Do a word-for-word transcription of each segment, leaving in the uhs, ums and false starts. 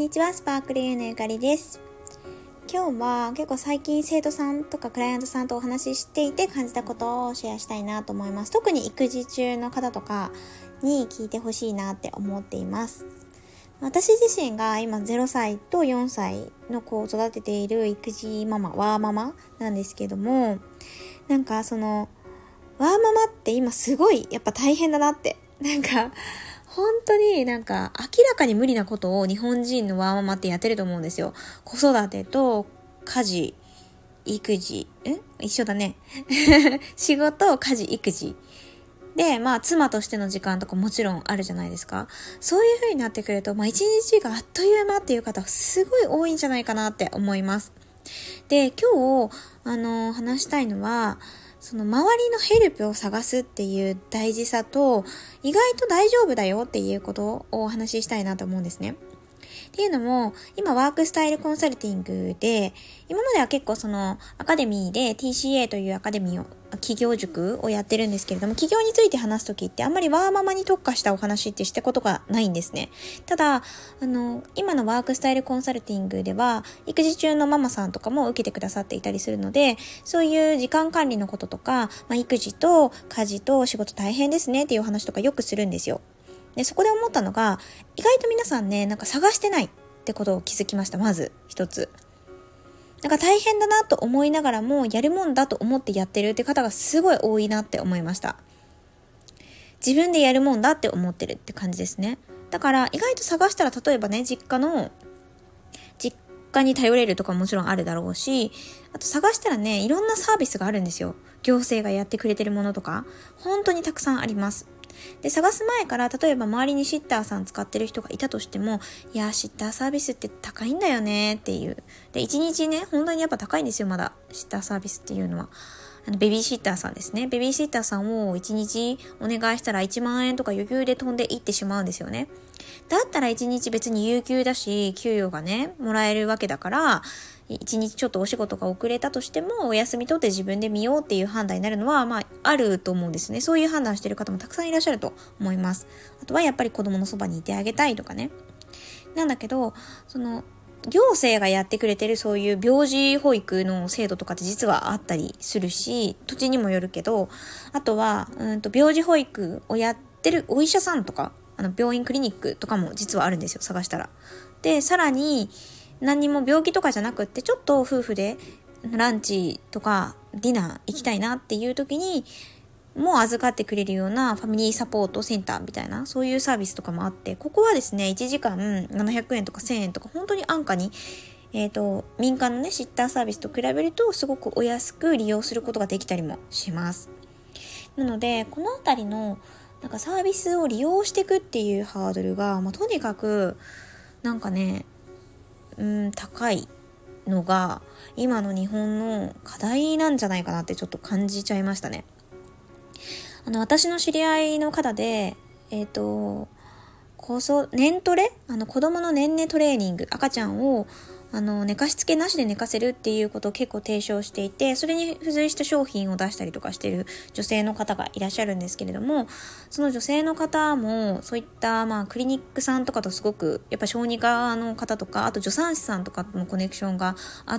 にちは、スパークルユーのゆかりです。今日は結構最近生徒さんとかクライアントさんとお話ししていて感じたことをシェアしたいなと思います。特に育児中の方とかに聞いてほしいなって思っています。私自身が今ゼロさいとよんさいの子を育てている育児ママ、ワーママなんですけども、なんかそのワーママって今すごいやっぱ大変だなって、なんか本当になんか明らかに無理なことを日本人のワーママってやってると思うんですよ。子育てと家事、育児、ん一緒だね。仕事、家事、育児。で、まあ妻としての時間とかもちろんあるじゃないですか。そういう風になってくると、まあ一日があっという間っていう方すごい多いんじゃないかなって思います。で、今日、あの、話したいのは、その周りのヘルプを探すっていう大事さと、意外と大丈夫だよっていうことをお話ししたいなと思うんですね。っていうのも、今ワークスタイルコンサルティングで、今までは結構そのアカデミーで ティーシーエー というアカデミーを、企業塾をやってるんですけれども、企業について話すときってあんまりワーママに特化したお話ってしたことがないんですね。ただ、あの、今のワークスタイルコンサルティングでは、育児中のママさんとかも受けてくださっていたりするので、そういう時間管理のこととか、まあ、育児と家事と仕事大変ですねっていう話とかよくするんですよ。で、そこで思ったのが、意外と皆さんね、なんか探してないってことを気づきました。まず一つ。なんか大変だなと思いながらも、やるもんだと思ってやってるって方がすごい多いなって思いました。自分でやるもんだって思ってるって感じですね。だから意外と探したら、例えばね、実家の実家に頼れるとかももちろんあるだろうし、あと探したらね、いろんなサービスがあるんですよ。行政がやってくれてるものとか本当にたくさんあります。で、探す前から、例えば周りにシッターさん使ってる人がいたとしても、いやシッターサービスって高いんだよねっていう。で、いちにちね、本当にやっぱ高いんですよ。まだシッターサービスっていうのは、あのベビーシッターさんですね。ベビーシッターさんをいちにちお願いしたらいちまんえんとか余裕で飛んでいってしまうんですよね。だったらいちにち別に有給だし、給与がねもらえるわけだから、いちにちちょっとお仕事が遅れたとしてもお休み取って自分で見ようっていう判断になるのは、まああると思うんですね。そういう判断してる方もたくさんいらっしゃると思います。あとはやっぱり子供のそばにいてあげたいとかね。なんだけど、その行政がやってくれてるそういう病児保育の制度とかって実はあったりするし、土地にもよるけど、あとはうんと病児保育をやってるお医者さんとか、あの病院クリニックとかも実はあるんですよ、探したら。で、さらに何にも病気とかじゃなくって、ちょっと夫婦でランチとかディナー行きたいなっていう時にもう預かってくれるようなファミリーサポートセンターみたいな、そういうサービスとかもあって、ここはですね、いちじかんななひゃくえんとかせんえんとか、本当に安価に、えっと、民間のね、シッターサービスと比べるとすごくお安く利用することができたりもします。なので、このあたりのなんかサービスを利用していくっていうハードルが、まあ、とにかくなんかね、うん、高いのが今の日本の課題なんじゃないかなってちょっと感じちゃいましたね。あの私の知り合いの方で、えっとこそ年トレ、あの子供の年齢トレーニング、赤ちゃんをあの寝かしつけなしで寝かせるっていうことを結構提唱していて、それに付随した商品を出したりとかしている女性の方がいらっしゃるんですけれども、その女性の方もそういったまあクリニックさんとかとすごくやっぱ小児科の方とか、あと助産師さんとかとのコネクションがあって、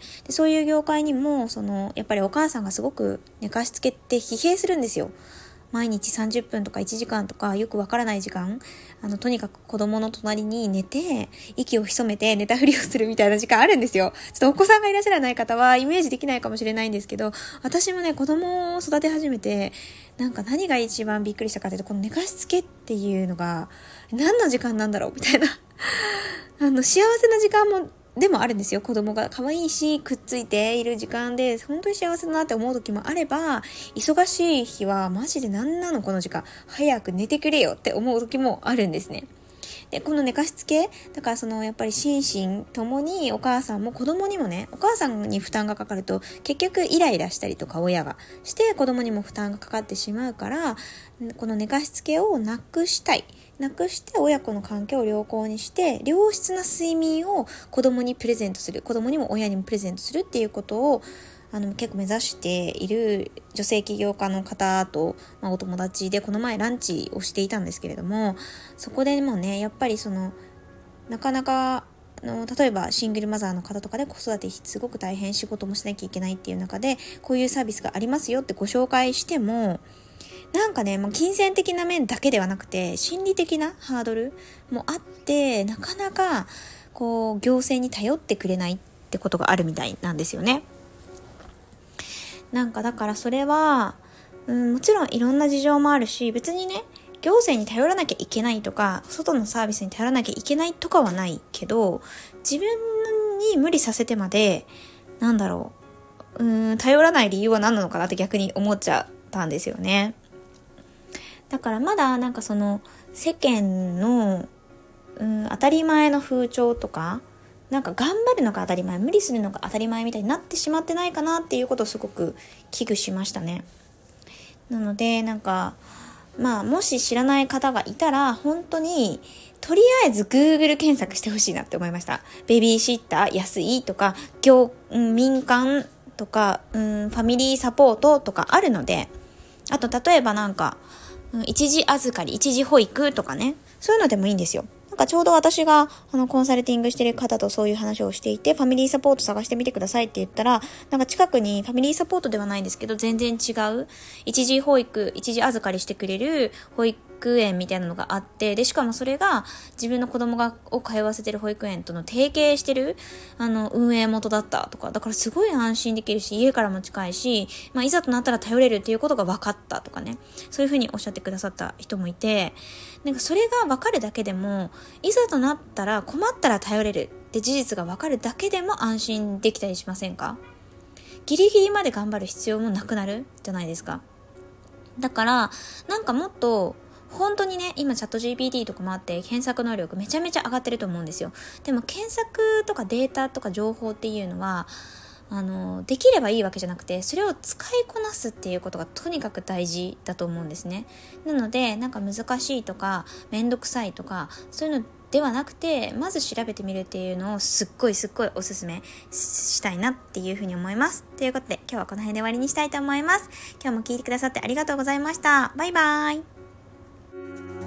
でそういう業界にもそのやっぱりお母さんがすごく寝かしつけって疲弊するんですよ。毎日さんじゅっぷんとかいちじかんとかよくわからない時間、あのとにかく子供の隣に寝て息を潜めて寝たふりをするみたいな時間あるんですよ。ちょっとお子さんがいらっしゃらない方はイメージできないかもしれないんですけど、私もね子供を育て始めて、なんか何が一番びっくりしたかというと、この寝かしつけっていうのが何の時間なんだろうみたいなあの幸せな時間もでもあるんですよ。子供が可愛いしくっついている時間で本当に幸せだなって思う時もあれば、忙しい日はマジで何なのこの時間、早く寝てくれよって思う時もあるんですね。で、この寝かしつけだから、そのやっぱり心身ともにお母さんも子供にもね、お母さんに負担がかかると結局イライラしたりとか親がして子供にも負担がかかってしまうから、この寝かしつけをなくしたい、なくして親子の関係を良好にして良質な睡眠を子供にプレゼントする、子供にも親にもプレゼントするっていうことをあの結構目指している女性起業家の方と、まあ、お友達でこの前ランチをしていたんですけれども、そこでもねやっぱりそのなかなかあの例えばシングルマザーの方とかで子育てすごく大変、仕事もしなきゃいけないっていう中でこういうサービスがありますよってご紹介しても、なんかね、もう金銭的な面だけではなくて心理的なハードルもあって、なかなかこう行政に頼ってくれないってことがあるみたいなんですよね。なんかだからそれは、うん、もちろんいろんな事情もあるし、別にね行政に頼らなきゃいけないとか外のサービスに頼らなきゃいけないとかはないけど、自分に無理させてまでなんだろう、うーん頼らない理由は何なのかなって逆に思っちゃったんですよね。だからまだなんかその世間の、うん、当たり前の風潮とか、なんか頑張るのが当たり前、無理するのが当たり前みたいになってしまってないかなっていうことをすごく危惧しましたね。なのでなんかまあもし知らない方がいたら、本当にとりあえず Google 検索してほしいなって思いました。ベビーシッター安いとか、業、うん、民間とか、うん、ファミリーサポートとかあるので、あと例えばなんか一時預かり、一時保育とかね、そういうのでもいいんですよ。なんかちょうど私があのコンサルティングしてる方とそういう話をしていて、ファミリーサポート探してみてくださいって言ったら、なんか近くにファミリーサポートではないんですけど、全然違う一時保育、一時預かりしてくれる保育園みたいなのがあって、でしかもそれが自分の子供がを通わせてる保育園との提携してるあの運営元だったとか、だからすごい安心できるし、家からも近いし、まあ、いざとなったら頼れるっていうことが分かったとかね、そういうふうにおっしゃってくださった人もいて、なんかそれが分かるだけでも、いざとなったら困ったら頼れるって事実が分かるだけでも安心できたりしませんか？ギリギリまで頑張る必要もなくなるじゃないですか。だからなんかもっと本当にね、今チャット ジーピーティー とかもあって検索能力めちゃめちゃ上がってると思うんですよ。でも検索とかデータとか情報っていうのはあのできればいいわけじゃなくて、それを使いこなすっていうことがとにかく大事だと思うんですね。なのでなんか難しいとかめんどくさいとかそういうのではなくて、まず調べてみるっていうのをすっごいすっごいおすすめしたいなっていうふうに思います。ということで今日はこの辺で終わりにしたいと思います。今日も聞いてくださってありがとうございました。バイバイ。